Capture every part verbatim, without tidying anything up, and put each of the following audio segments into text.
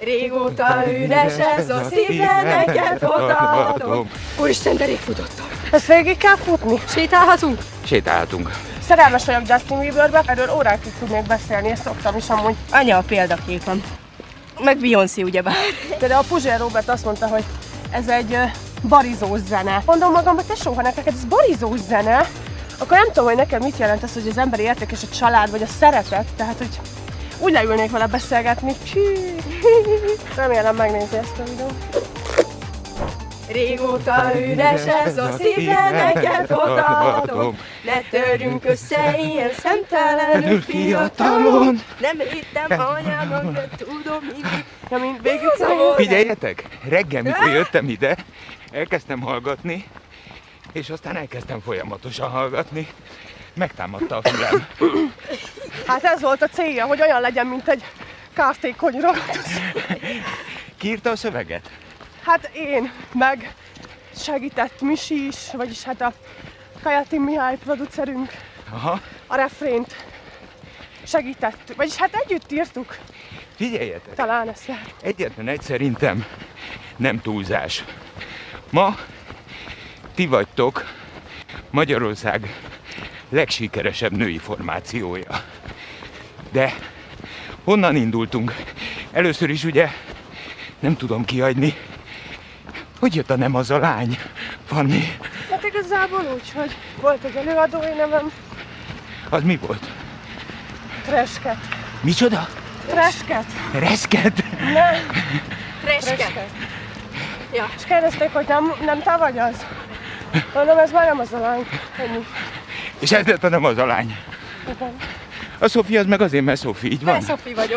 Régóta üres ez a szívre, neked odaadom. Úristen, de rég futottam. Ezt végig kell futni? Sétálhatunk? Sétálhatunk. Szerelmes vagyok Justin Bieberbe, erről órákig tudnék beszélni, ezt szoktam is amúgy. Anya a példaképem. Meg Beyoncé, ugyebár. De a Puzsér Robert azt mondta, hogy ez egy uh, barizós zene. Mondom magamban, tesó, ha neked ez barizós zene, akkor nem tudom, hogy nekem mit jelent az, hogy az emberi érték és a család, vagy a szeretet, tehát hogy úgy leülnék vele beszélgetni. Remélem megnézi ezt a videót. Régóta üres ez a szívre, neked odaadom. Ne törjünk össze ilyen szemtelenül fiatalon. Nem hittem anyámnak, de tudom mindig. Ja, mint végig szavol. Figyeljetek, reggel, mikor jöttem ide, elkezdtem hallgatni, és aztán elkezdtem folyamatosan hallgatni. Megtámadta a fülem. Hát ez volt a célja, hogy olyan legyen, mint egy kártékony ragadt. Ki írta a szöveget? Hát én, meg segített Misi is, vagyis hát a Kajatin Mihály producerünk. Aha. A refrént segítettük, vagyis hát együtt írtuk. Figyeljetek, Talán ezt lehet. egyetlen egy szerintem nem túlzás. Ma ti vagytok Magyarország legsikeresebb női formációja. De honnan indultunk? Először is ugye nem tudom kihagyni. Hogy jött a Nem az a lány, Fanni? Hát igazából úgy, hogy volt egy előadói nevem. Az mi volt? Tresket. Micsoda? Tresket. Reszket? Nem. Tresket. Ja. És kérdezték, hogy nem, nem te vagy az? Mondom, ez már nem az a lány. Ennyi. És ez lett a Nem az a lány. Igen. A Szofi az meg azért, mert Szofi, így van? Mert Szofi vagyok.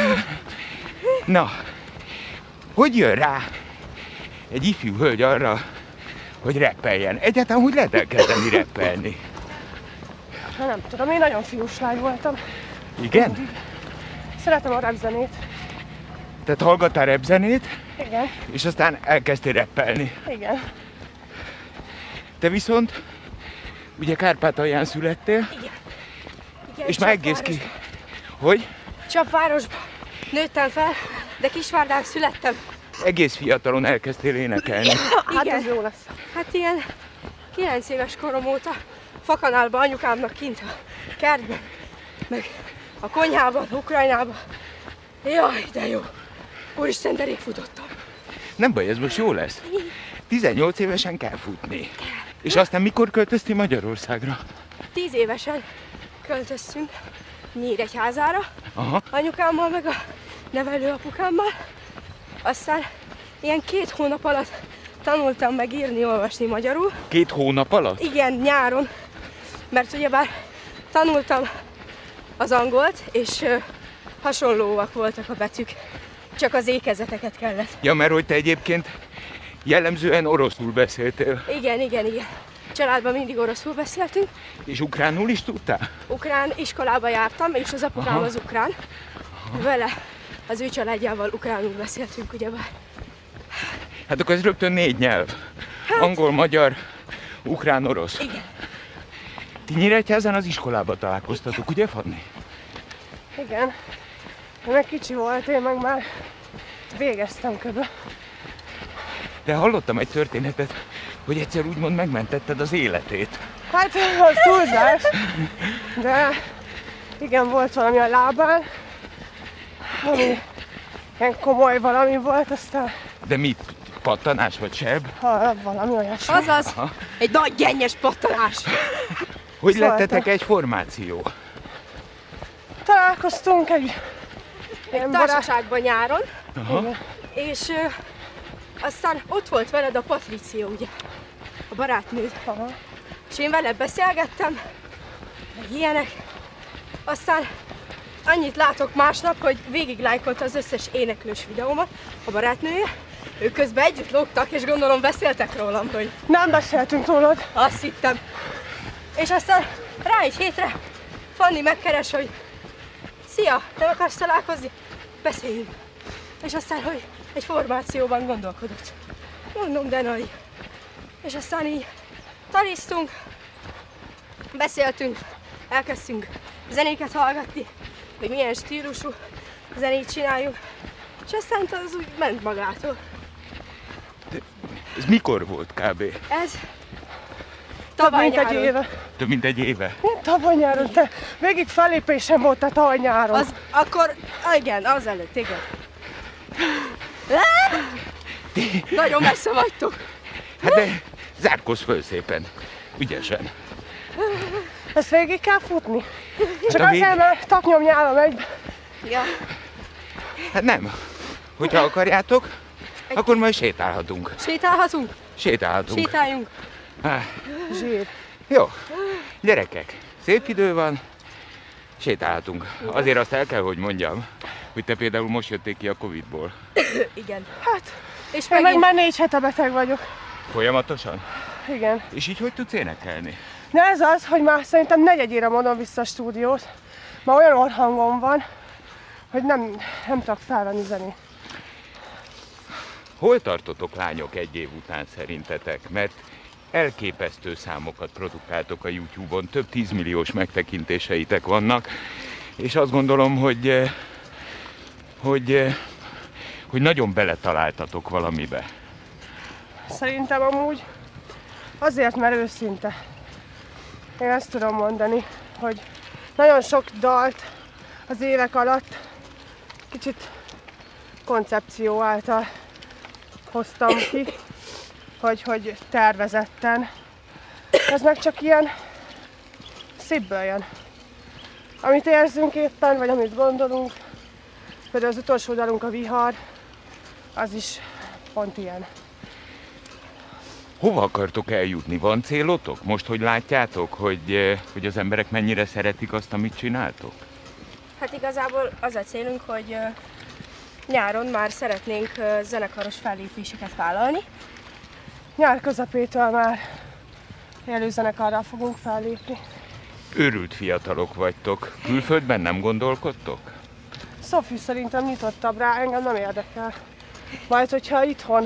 Na, hogy jön rá egy ifjú hölgy arra, hogy rappeljen? Egyáltalán hogy lehet elkezdeni rappelni? Hát nem tudom, én nagyon fiús lány voltam. Igen? Szeretem a rap zenét. Tehát hallgattál rap zenét, Igen, és aztán elkezdtél rappelni. igen. Te viszont ugye Kárpátalján születtél, Igen, és már egész ki... Hogy? Csapvárosban nőttem fel, de Kisvárdán születtem. Egész fiatalon elkezdtél énekelni. Hát Igen. ez jó lesz. Hát ilyen kilenc éves korom óta fakanálban anyukámnak kint a kertben, meg a konyhában, Ukrajnában. Jaj, de jó! Úristen, de rég futottam. Nem baj, ez most jó lesz. tizennyolc évesen kell futni. És aztán mikor költöztél Magyarországra? Tíz évesen költöztünk Nyíregyházára, Aha. anyukámmal meg a nevelőapukámmal. Aztán ilyen két hónap alatt tanultam meg írni, olvasni magyarul. Két hónap alatt? Igen, nyáron, mert ugyebár tanultam az angolt, és ö, hasonlóak voltak a betűk, csak az ékezeteket kellett. Ja, mert hogy te egyébként jellemzően oroszul beszéltél. Igen, igen, igen. Családban mindig oroszul beszéltünk. És ukránul is tudtál? Ukrán iskolába jártam, és az apukám Aha. az ukrán. Vele, az ő családjával ukránul beszéltünk, ugyebár. Hát akkor ez rögtön négy nyelv. Hát... Angol, magyar, ukrán, orosz. Igen. Ti Nyíregyházán az iskolába találkoztatok, ugye, Fanni? Igen. Én meg kicsi volt, én meg már végeztem köbben. De hallottam egy történetet, hogy egyszer úgymond megmentetted az életét. Hát az túlzás, de igen, volt valami a lábán, ami ilyen komoly valami volt, aztán De mit? Pattanás vagy seb? ha, valami olyasmi. Azaz, Aha. egy nagy gennyes pattanás. Hogy Szóval lettetek te- egy formáció? Találkoztunk egy Egy ilyen barát... társaságban nyáron, Aha. és ö, aztán ott volt veled a Patricia, ugye, a barátnőd. Aha. És én vele beszélgettem, meg ilyenek. Aztán annyit látok másnap, hogy végig lájkolta az összes éneklős videómat a barátnője. Ők közben együtt lógtak, és gondolom beszéltek rólam, hogy Nem beszéltünk rólad. azt hittem. És aztán rá egy hétre Fanni megkeres, hogy szia, nem akarsz találkozni? Beszéljünk. És aztán, hogy egy formációban gondolkodott. Mondom, de nagy. És aztán így talisztunk, beszéltünk, elkezdtünk zenéket hallgatni, hogy milyen stílusú zenét csináljunk. És aztán az úgy ment magától. De ez mikor volt kb? Ez Több tavaly mint egy nyáron. éve. Több mint egy éve? Mint tavaly nyáron, te végig fellépésem volt a tavaly nyáron. Az akkor, igen, az előtt, igen. Nagyon messze vagytok. Hát de zárkózz föl szépen. Ügyesen. Ezt végig kell futni? Csak a vég- azért, mert taknyom nyálam egybe. Ja. Hát nem. Hogyha akarjátok, akkor majd sétálhatunk. Sétálhatunk? Sétálhatunk. Sétáljunk. Há, Zsír. jó. Gyerekek, szép idő van. Sétálhatunk. Azért azt el kell, hogy mondjam, hogy te például most jöttél ki a Covidból. Igen. Hát, És én meg megint már négy hete beteg vagyok. Folyamatosan? Igen. És így hogy tudsz énekelni? De ez az, hogy már szerintem negyedjére mondom vissza a stúdiót. Már olyan orrhangom van, hogy nem, nem tudok felvenni zenét. Hol tartotok, lányok, egy év után szerintetek? Mert elképesztő számokat produkáltok a YouTube-on, több tízmilliós megtekintéseitek vannak, és azt gondolom, hogy, eh, hogy, eh, hogy nagyon beletaláltatok valamibe. Szerintem amúgy azért, mert őszinte. Én ezt tudom mondani, hogy nagyon sok dalt az évek alatt kicsit koncepció által hoztam ki, hogy, hogy tervezetten. Ez meg csak ilyen szívből jön. Amit érzünk éppen, vagy amit gondolunk, például az utolsó dalunk, a Vihar, az is pont ilyen. Hova akartok eljutni? Van célotok? Most, hogy látjátok, hogy, eh, hogy az emberek mennyire szeretik azt, amit csináltok? Hát igazából az a célunk, hogy ö, nyáron már szeretnénk ö, zenekaros fellépéseket vállalni. Nyár közepétől már élőzenekarral fogunk fellépni. Őrült fiatalok vagytok. Külföldben nem gondolkodtok? Szofi szerintem nyitottabb rá, engem nem érdekel. Majd, hogyha itthon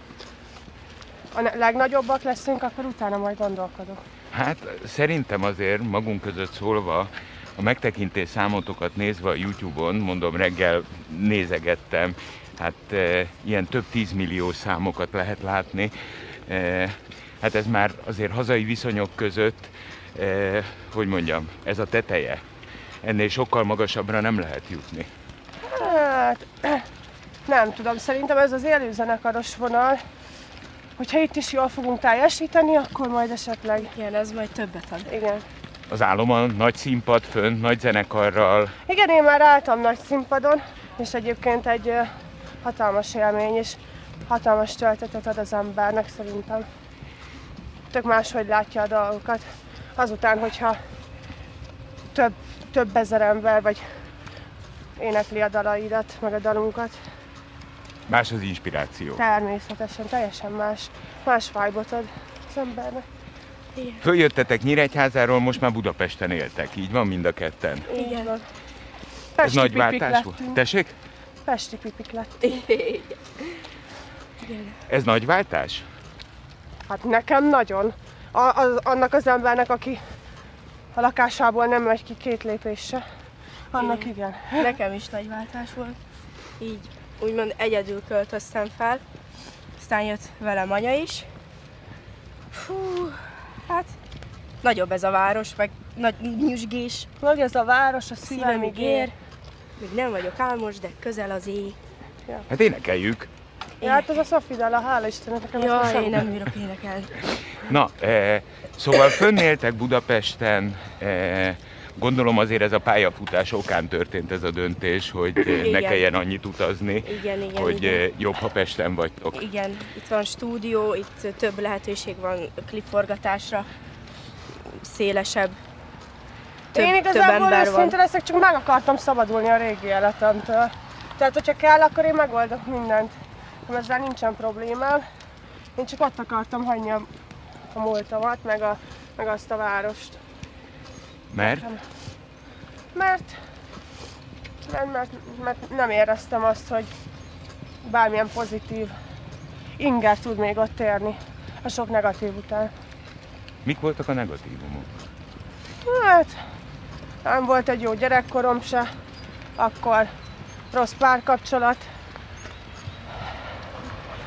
a ne- legnagyobbak leszünk, akkor utána majd gondolkodok. Hát szerintem azért magunk között szólva, a megtekintés számotokat nézve a YouTube-on, mondom, reggel nézegettem, hát e, ilyen több tízmilliós számokat lehet látni. E, hát ez már azért hazai viszonyok között, e, hogy mondjam, ez a teteje. Ennél sokkal magasabbra nem lehet jutni. Hát, nem tudom, szerintem ez az élőzenekaros vonal, hogyha itt is jól fogunk teljesíteni, akkor majd esetleg, Igen, ez majd többet ad. igen. Az álom a nagy színpad fönt, nagy zenekarral. Igen, én már álltam nagy színpadon, és egyébként egy ö, hatalmas élmény, és hatalmas töltetet ad az embernek szerintem. Tök máshogy látja a dolgokat. Azután, hogyha több, több ezer ember vagy énekli a dalaidat, meg a dalunkat, Más az inspiráció. természetesen teljesen más, más vibe-ot ad az embernek. Följöttetek Nyíregyházáról, most már Budapesten éltek, így van mind a ketten. Így van. Ez Pesti nagy pipik váltás volt. lettünk. Tessék? Pesti pipik lettünk. Ez nagy váltás? Hát nekem nagyon. A, az, annak az embernek, aki a lakásából nem megy ki két lépésre, annak igen. Nekem is nagy váltás volt. Így úgymond egyedül költöztem fel. Aztán jött velem anya is. Fú, hát nagyobb ez a város, meg nagy nyüzsgés. Nagy ez a város, a szívem Szívemig ígér. ér. Még nem vagyok álmos, de közel az éj. Hát énekeljük. Ja, hát ez a Szofi dala, hála Istennek, nekem ez most Jaj, sem- én nem bírok énekelni. Na, e, szóval fönnéltek Budapesten, e, gondolom azért ez a pályafutás okán történt ez a döntés, hogy e, ne Igen. kelljen annyit utazni, Igen, igen, hogy igen. e, jobb, ha Pesten vagytok. Igen, itt van stúdió, itt több lehetőség van klipforgatásra, szélesebb, több, Én több igazából ember van. őszinte leszek, csak meg akartam szabadulni a régi életemtől. Tehát, hogyha kell, akkor én megoldok mindent. Ezzel nincsen problémám. Én csak ott akartam hagyni a, a múltamat, meg, a, meg azt a várost. Mert? Mert, mert, mert, mert nem éreztem azt, hogy bármilyen pozitív inger tud még ott érni a sok negatív után. Mik voltak a negatívumok? Hát, nem volt egy jó gyerekkorom se, akkor rossz párkapcsolat,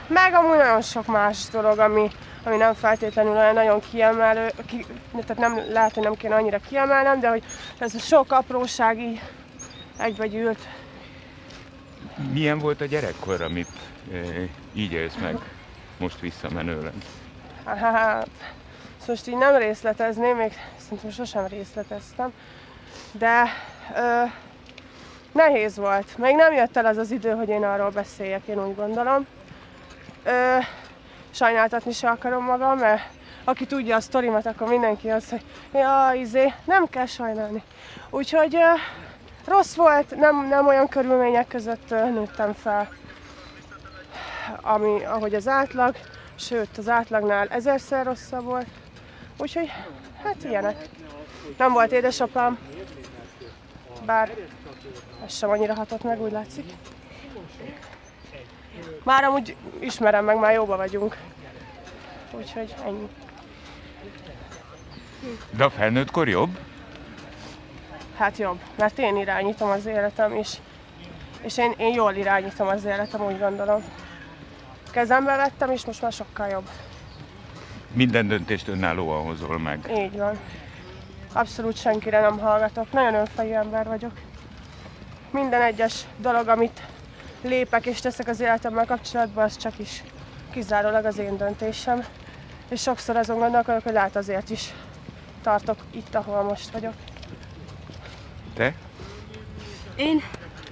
Meg amúgy nagyon sok más dolog, ami, ami nem feltétlenül olyan nagyon kiemelő, ki, tehát nem, lehet, hogy nem kéne annyira kiemelnem, de hogy ez a sok apróság így egybe gyűlt. Milyen volt a gyerekkor, amit e, így élsz meg most visszamenőleg? Hát, most így nem részletezném, még szerintem sosem részleteztem, de ö, nehéz volt. Még nem jött el az az idő, hogy én arról beszéljek, én úgy gondolom. Ö, sajnáltatni se akarom magam, mert aki tudja a sztorimat, akkor mindenki az, hogy ja, izé, nem kell sajnálni. Úgyhogy ö, rossz volt, nem, nem olyan körülmények között ö, nőttem fel, ami, ahogy az átlag, sőt az átlagnál ezerszer rosszabb volt. Úgyhogy, hát ilyenek. Nem volt édesapám, bár ez sem annyira hatott meg, úgy látszik. Már amúgy ismerem meg, már jóba vagyunk. Úgyhogy ennyi. De a felnőttkor jobb? Hát jobb, mert én irányítom az életem is. És én, én jól irányítom az életem, úgy gondolom. Kezembe vettem, és most már sokkal jobb. Minden döntést önállóan hozol meg. Így van. Abszolút senkire nem hallgatok. Nagyon önfejű ember vagyok. Minden egyes dolog, amit lépek és teszek az életemmel kapcsolatban, az csak is kizárólag az én döntésem. És sokszor azon gondolkodok, hogy lehet azért is tartok itt, ahol most vagyok. Te? Én...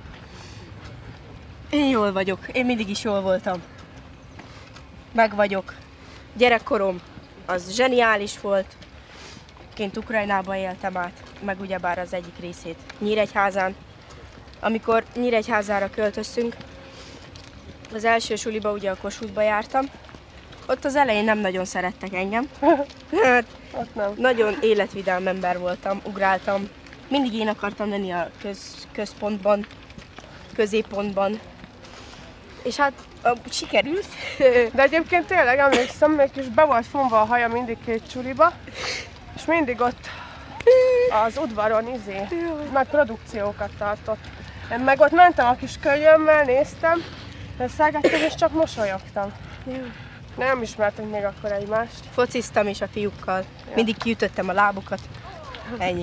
Én jól vagyok. Én mindig is jól voltam. Meg vagyok. Gyerekkorom az zseniális volt. Ként Ukrajnában éltem át, meg ugyebár az egyik részét Nyíregyházán. Amikor Nyíregyházára költöztünk, az első suliba ugye a Kossuthba jártam. Ott az elején nem nagyon szerettek engem. Ott nem. Nagyon életvidám ember voltam, ugráltam. Mindig én akartam lenni a köz, központban, középpontban. És hát a, sikerült. De egyébként tényleg emlékszem, még is be volt fonva a haja mindig két csuliba, és mindig ott az udvaron izé, nagy produkciókat tartott. Én meg ott mentem a kis kölyömmel, néztem, beszélgettem és csak mosolyogtam. Nem ismertünk még akkor egymást. Fociztam is a fiúkkal, mindig kiütöttem a lábukat. Ennyi.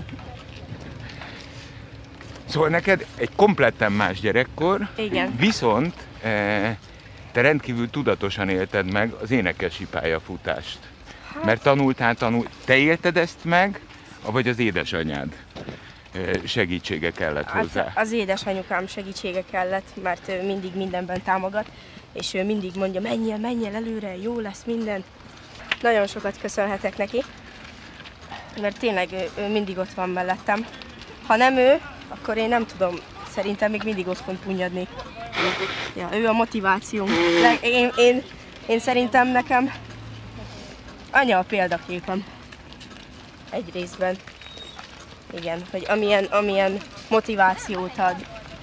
Szóval neked egy kompletten más gyerekkor, Igen. Viszont e, te rendkívül tudatosan élted meg az énekesi pályafutást. Hát... Mert tanultál, tanult. Te élted ezt meg, vagy az édesanyád e, segítsége kellett hozzá? Hát az édesanyukám segítsége kellett, mert ő mindig mindenben támogat, és ő mindig mondja, menjél, menjél előre, jó lesz minden. Nagyon sokat köszönhetek neki, mert tényleg ő, ő mindig ott van mellettem. Ha nem ő, akkor én nem tudom, szerintem még mindig otthon punnyadnék. Ja, ő a motivációm. Én, én, én szerintem nekem anya a példaképem. Egy részben. Igen, hogy amilyen, amilyen motivációt ad.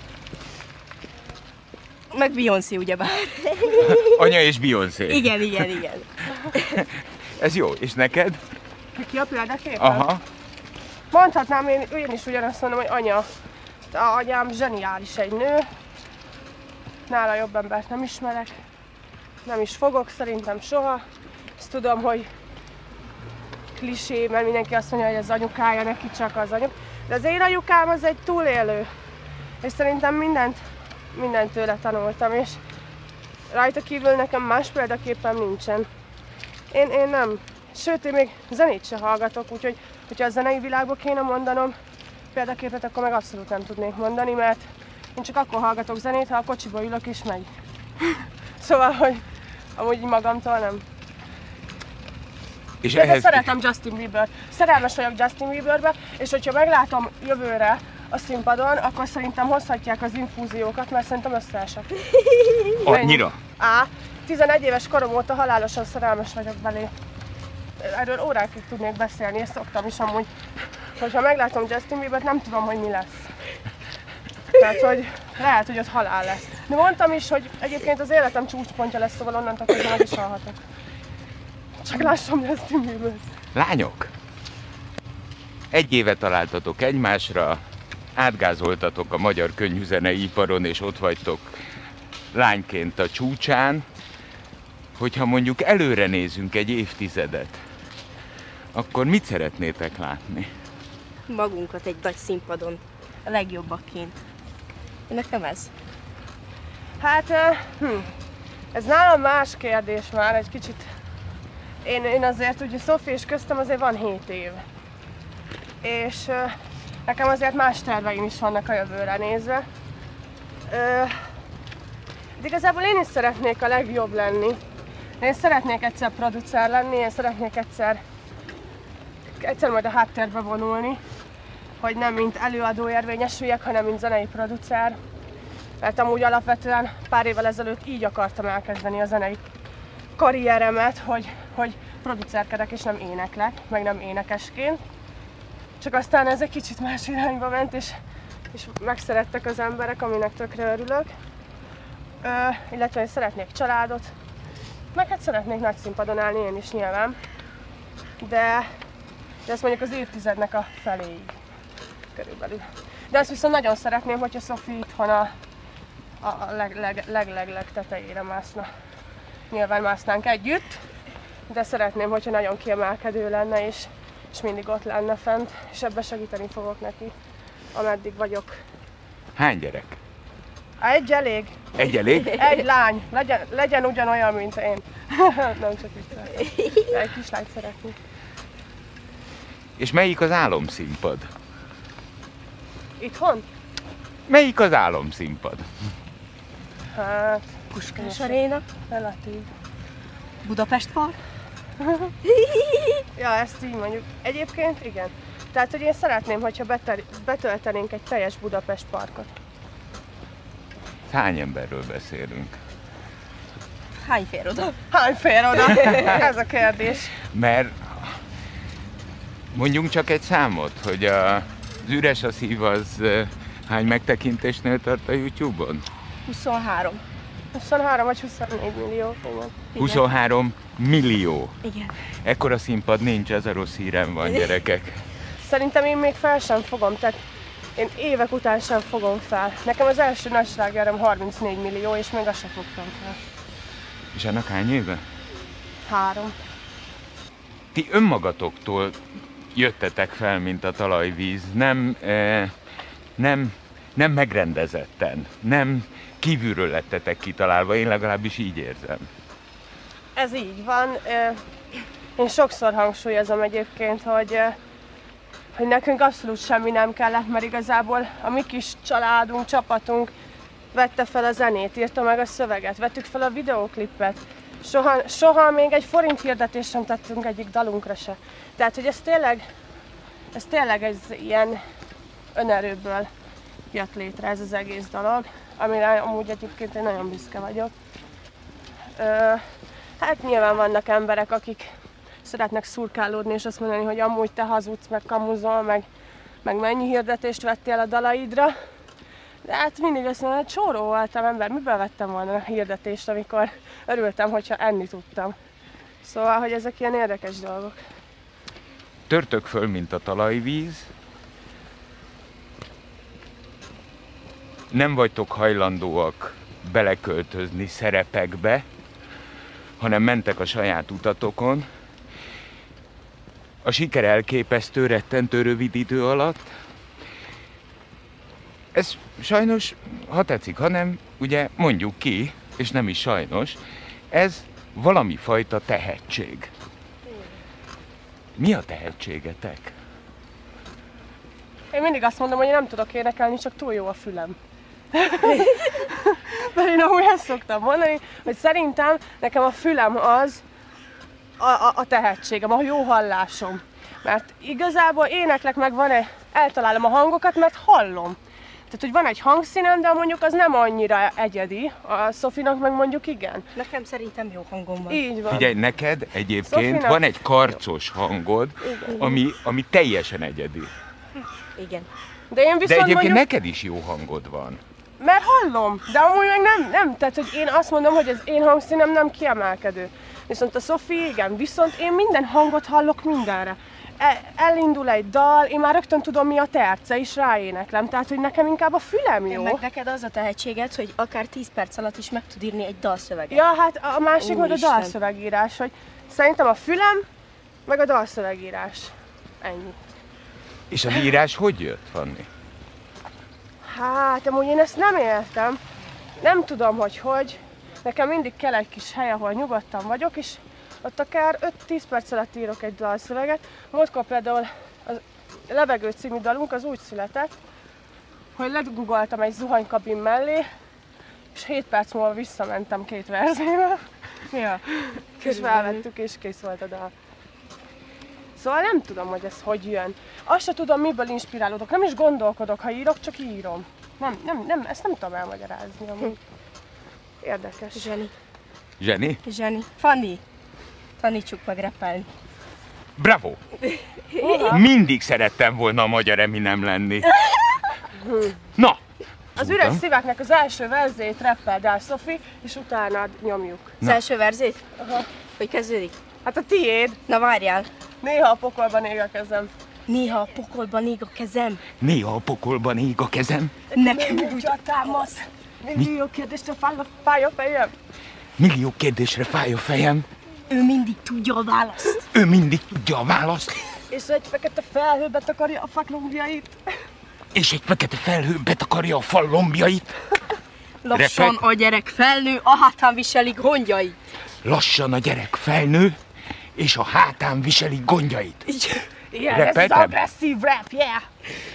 Meg Beyoncé ugyebár. Anya és Beyoncé. Igen, igen, igen. Ez jó, és neked? Ki a példaképen? Aha. Mondhatnám, én, én is ugyanazt mondom, hogy anya. A anyám zseniális egy nő. Nála jobb embert nem ismerek. Nem is fogok szerintem soha. Ezt tudom, hogy klisé, mert mindenki azt mondja, hogy az anyukája, neki csak az anyuk. De az én anyukám az egy túlélő. És szerintem mindent, mindent tőle tanultam, és rajta kívül nekem más példaképpen nincsen. Én, én nem. Sőt, én még zenét se hallgatok, úgyhogy hogyha a zenei világból kéne mondanom példaképet, akkor meg abszolút nem tudnék mondani, mert én csak akkor hallgatok zenét, ha a kocsiba ülök és megy. Szóval, hogy amúgy magamtól nem. És de ehhez... szeretem Justin Bieber. Szerelmes vagyok Justin Bieberbe, és hogyha meglátom jövőre a színpadon, akkor szerintem hozhatják az infúziókat, mert szerintem összeesek. Annyira? Á, tizenegy éves korom óta halálosan szerelmes vagyok belé. Erről órákig tudnék beszélni, és szoktam is amúgy. Hogyha meglátom Justin Biebert, nem tudom, hogy mi lesz. Tehát, hogy lehet, hogy ott halál lesz. De mondtam is, hogy egyébként az életem csúcspontja lesz, szóval onnantól kezdve meg is halhatok. Csak lássam Justin Biebert. Lányok! Egy éve találtatok egymásra, átgázoltatok a magyar könnyűzenei iparon, és ott vagytok lányként a csúcsán. hogyha mondjuk előre nézünk egy évtizedet, akkor mit szeretnétek látni? Magunkat egy nagy színpadon, a legjobbakként. Nekem ez. Hát, uh, hm, ez nálam más kérdés már egy kicsit. Én, én azért, ugye Szofi és köztem azért van hét év. És uh, nekem azért más terveim is vannak a jövőre nézve. Uh, de igazából én is szeretnék a legjobb lenni. Én szeretnék egyszer producer lenni, én szeretnék egyszer, egyszer majd a háttérbe vonulni, hogy nem mint előadó érvényesüljek, hanem mint zenei producer. Mert amúgy alapvetően pár évvel ezelőtt így akartam elkezdeni a zenei karrieremet, hogy, hogy producerkedek és nem éneklek, meg nem énekesként. Csak aztán ez egy kicsit más irányba ment, és, és megszerettek az emberek, aminek tökre örülök. Ö, illetve én szeretnék családot, meg hát szeretnék nagy színpadon állni én is nyilván. De, de ezt mondjuk az évtizednek a feléig körülbelül. De azt viszont nagyon szeretném, hogyha Szofi itthon a, a leg, leg, leg, leg, leg tetejére mászna. Nyilván másznánk együtt, de szeretném, hogyha nagyon kiemelkedő lenne, és, és mindig ott lenne fent, és ebben segíteni fogok neki, ameddig vagyok. Hány gyerek? Egy elég. Egy elég? Egy lány. Legyen, legyen ugyanolyan, mint én. Nem csak viccelek. Egy kislányt szeretnék. És melyik az álomszínpad? Itthon? Melyik az álomszínpad? Hát... Puskás Aréna, relatív. Budapest Park. Ja, ezt így mondjuk. Egyébként igen. Tehát, hogy én szeretném, hogyha betel- betöltenénk egy teljes Budapest parkot. Hány emberről beszélünk? Hány fér oda? Hány fér oda? Ez a kérdés. Mert mondjunk csak egy számot, hogy a, az Üres a szív az eh, hány megtekintésnél tart a YouTube-on? huszonhárom. huszonhárom vagy huszonnégy millió. Igen. huszonhárom millió. Igen. Ekkora színpad nincs, ez a rossz hírem van, gyerekek. Szerintem én még fel sem fogom, tehát én évek után sem fogom fel. Nekem az első nagy slágerom harmincnégy millió, és még azt sem fogtam fel. És ennek hány éve? Három. Ti önmagatoktól jöttetek fel, mint a talajvíz, nem, eh, nem, nem megrendezetten, nem kívülről lettetek kitalálva, én legalábbis így érzem. Ez így van. Én sokszor hangsúlyozom egyébként, hogy, hogy nekünk abszolút semmi nem kellett, mert igazából a mi kis családunk, csapatunk vette fel a zenét, írta meg a szöveget, vettük fel a videóklipet. Soha, soha még egy forint hirdetést sem tettünk egyik dalunkra se. Tehát, hogy ez tényleg, ez tényleg ez ilyen önerőből jött létre ez az egész dolog, amire amúgy egyébként én nagyon büszke vagyok. Ö, hát nyilván vannak emberek, akik szeretnek szurkálódni és azt mondani, hogy amúgy te hazudsz, meg kamuzol, meg, meg mennyi hirdetést vettél a dalaidra. De hát mindig azt mondom, hogy csóró voltam ember, miből vettem volna a hirdetést, amikor örültem, hogyha enni tudtam. Szóval, hogy ezek ilyen érdekes dolgok. Törtök föl, mint a talajvíz. Nem vagytok hajlandóak beleköltözni szerepekbe, hanem mentek a saját utatokon. A siker elképesztő, rettentő rövid idő alatt. Ez sajnos, ha tetszik, hanem ugye mondjuk ki, és nem is sajnos, ez valami fajta tehetség. Mi a tehetségetek? Én mindig azt mondom, hogy én nem tudok énekelni, csak túl jó a fülem. Mert én amúgy ezt szoktam mondani, hogy szerintem nekem a fülem az a, a, a tehetségem, a jó hallásom. Mert igazából éneklek meg van egy, eltalálom a hangokat, mert hallom. Tehát, hogy van egy hangszínem, de mondjuk az nem annyira egyedi, a Szofinak meg mondjuk igen. Nekem szerintem jó hangom van. Így van. Figyelj, neked egyébként Szofinak... van egy karcos hangod, ami, ami teljesen egyedi. Igen. De én De viszont egyébként mondjuk... neked is jó hangod van. Mert hallom, de amúgy meg nem, nem. Tehát, hogy én azt mondom, hogy az én hangszínem nem kiemelkedő. Viszont a Szofi igen, viszont én minden hangot hallok mindenre. elindul egy dal, én már rögtön tudom, mi a terce, és ráéneklem. Tehát, hogy nekem inkább a fülem jó. Meg neked az a tehetséged, hogy akár tíz perc alatt is meg tud írni egy dalszöveget. Ja, hát a másik meg a Úristen. dalszövegírás, hogy szerintem a fülem, meg a dalszövegírás. Ennyi. És az írás hogy jött, Fanni? Hát, amúgy én ezt nem értem. Nem tudom, hogy hogy. Nekem mindig kell egy kis hely, ahol nyugodtan vagyok, és ott akár öt-tíz perc alatt írok egy dalszöveget. Múltkor például a Levegő című dalunk az úgy született, hogy legugoltam egy zuhanykabin mellé, és hét perc múlva visszamentem két verzével. Ja. És felvettük, és kész volt a dal. Szóval nem tudom, hogy ez hogy jön. Azt se tudom, miből inspirálódok. Nem is gondolkodok, ha írok, csak írom. Nem, nem, nem, ezt nem tudom elmagyarázni amúgy. Érdekes. Zseni. Zseni? Zseni. Fanni. Tanítsuk meg rappelni. Bravo! Mindig szerettem volna a magyar Eminem lenni. Na! Az üres szíveknek az első verzét rappeld el, Szofi, és utána nyomjuk. Az első verzét? Aha. Hogy kezdődik? Hát a tiéd. Na várjál. Néha a pokolban ég a kezem. Néha a pokolban ég a kezem. Néha a pokolban ég a kezem. Nekem úgy a támasz. Millió kérdésre fáj a fejem. Millió kérdésre fáj a fejem. Ő mindig tudja a választ. Ő mindig tudja a választ. És egy fekete felhő betakarja a faklombjait. És egy fekete felhő betakarja a fal lombjait. Lassan Repeg. a gyerek felnő, a hátán viseli gondjait. Lassan a gyerek felnő, és a hátán viseli gondjait. Igen, ez az Repeltem? agresszív rap, yeah!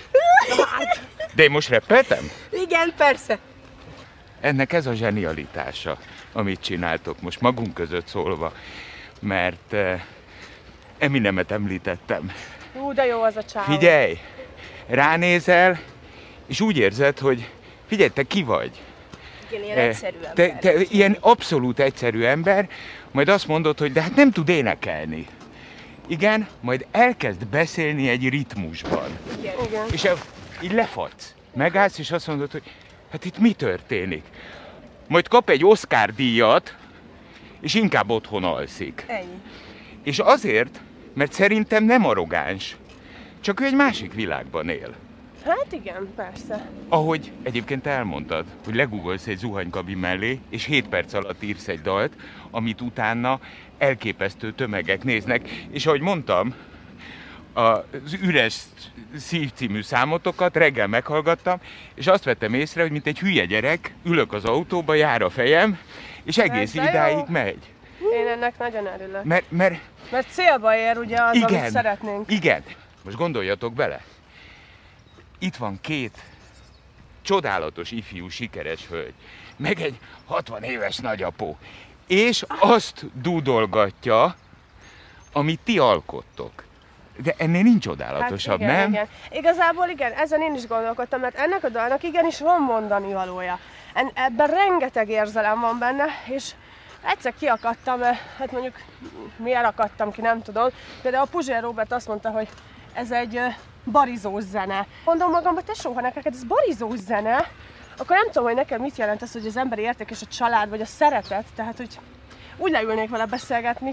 De én most reppeltem? Igen, persze. Ennek ez a zsenialitása, amit csináltok most magunk között szólva, mert eh, Eminemet említettem. Ú, de jó az a csávó. Figyelj, ránézel, és úgy érzed, hogy figyelj, te ki vagy? Igen, ilyen Eh, egyszerű te, ember. te ilyen abszolút egyszerű ember, majd azt mondod, hogy de hát nem tud énekelni. Igen, majd elkezd beszélni egy ritmusban. Igen. És el- így lefagysz, megállsz, és azt mondod, hogy hát itt mi történik? Majd kap egy Oscar díjat, és inkább otthon alszik. Ennyi. És azért, mert szerintem nem arrogáns, csak ő egy másik világban él. Hát igen, persze. Ahogy egyébként elmondtad, hogy legugolsz egy zuhanykabin mellé, és hét perc alatt írsz egy dalt, amit utána elképesztő tömegek néznek, és ahogy mondtam, az Üres Szív című számotokat reggel meghallgattam, és azt vettem észre, hogy mint egy hülye gyerek, ülök az autóba, jár a fejem, és egész Ez de idáig jó. megy. Én ennek nagyon örülök. Mert, mert Mert célba ér ugye az, igen, amit szeretnénk. igen. Most gondoljatok bele. Itt van két csodálatos ifjú sikeres hölgy, meg egy hatvan éves nagyapó, és azt dúdolgatja, amit ti alkottok. De ennél nincs csodálatosabb, hát igen, nem? Igen. Igazából igen, ezen én is gondolkodtam, mert ennek a dalnak igenis van mondani valója. En, ebben rengeteg érzelem van benne, és egyszer kiakadtam, hát mondjuk miért akadtam ki, nem tudom. Például a Puzsér Róbert azt mondta, hogy ez egy barizós zene. Mondom magamban, tesó, ha neked ez barizós zene, akkor nem tudom, hogy nekem mit jelent az, hogy az emberi érték és a család, vagy a szeretet, tehát hogy úgy leülnék vele beszélgetni.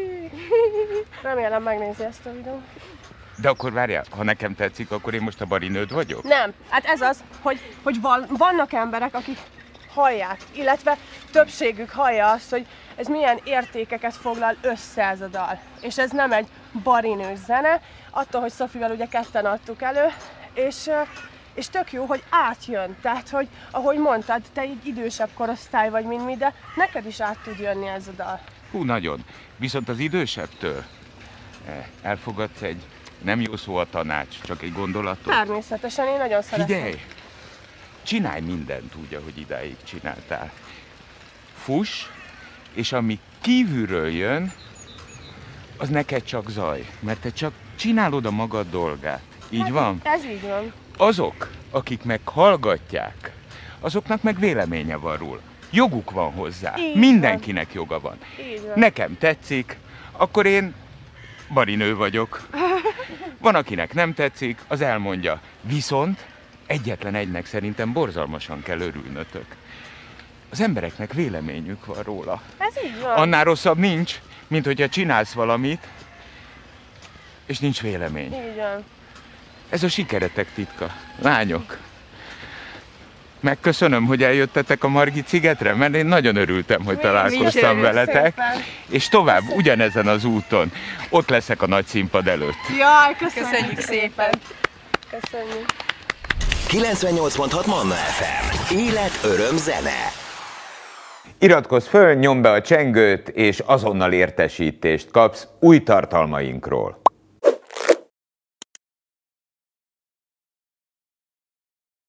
Remélem megnézi ezt a videót. De akkor várjál, ha nekem tetszik, akkor én most a barinőd vagyok? Nem, hát ez az, hogy, hogy van, vannak emberek, akik hallják, illetve többségük hallja azt, hogy ez milyen értékeket foglal össze ez a dal. És ez nem egy barinős zene, attól, hogy Szofival ugye ketten adtuk elő, és, és tök jó, hogy átjön. Tehát, hogy ahogy mondtad, te egy idősebb korosztály vagy, mint mi, de neked is át tud jönni ez a dal. Hú, nagyon. Viszont az idősebbtől eh, elfogadsz egy, nem jó szó a tanács, csak egy gondolatot. Természetesen, én nagyon szeretem. Figyelj! Csinálj mindent úgy, ahogy idáig csináltál. Fuss, és ami kívülről jön, az neked csak zaj, mert te csak csinálod a magad dolgát. Így Hát, van? Ez így van. Azok, akik meg hallgatják, azoknak meg véleménye van róla. Joguk van hozzá. Így Mindenkinek joga van. Így van. Nekem tetszik, akkor én barinő vagyok. Van, akinek nem tetszik, az elmondja. Viszont egyetlen egynek szerintem borzalmasan kell örülnötök. Az embereknek véleményük van róla. Ez így van. Annál rosszabb nincs, mint hogyha csinálsz valamit, és nincs vélemény. Igen. Ez a sikeretek titka. Lányok, megköszönöm, hogy eljöttetek a Margit szigetre, mert én nagyon örültem, hogy találkoztam veletek. Szépen. És tovább, ugyanezen az úton. Ott leszek a nagy színpad előtt. Jaj, köszönjük, köszönjük szépen. Köszönjük. kilencvennyolc pont hat Manna ef em. Élet, öröm, zene. Iratkozz föl, nyomd be a csengőt, és azonnal értesítést kapsz új tartalmainkról.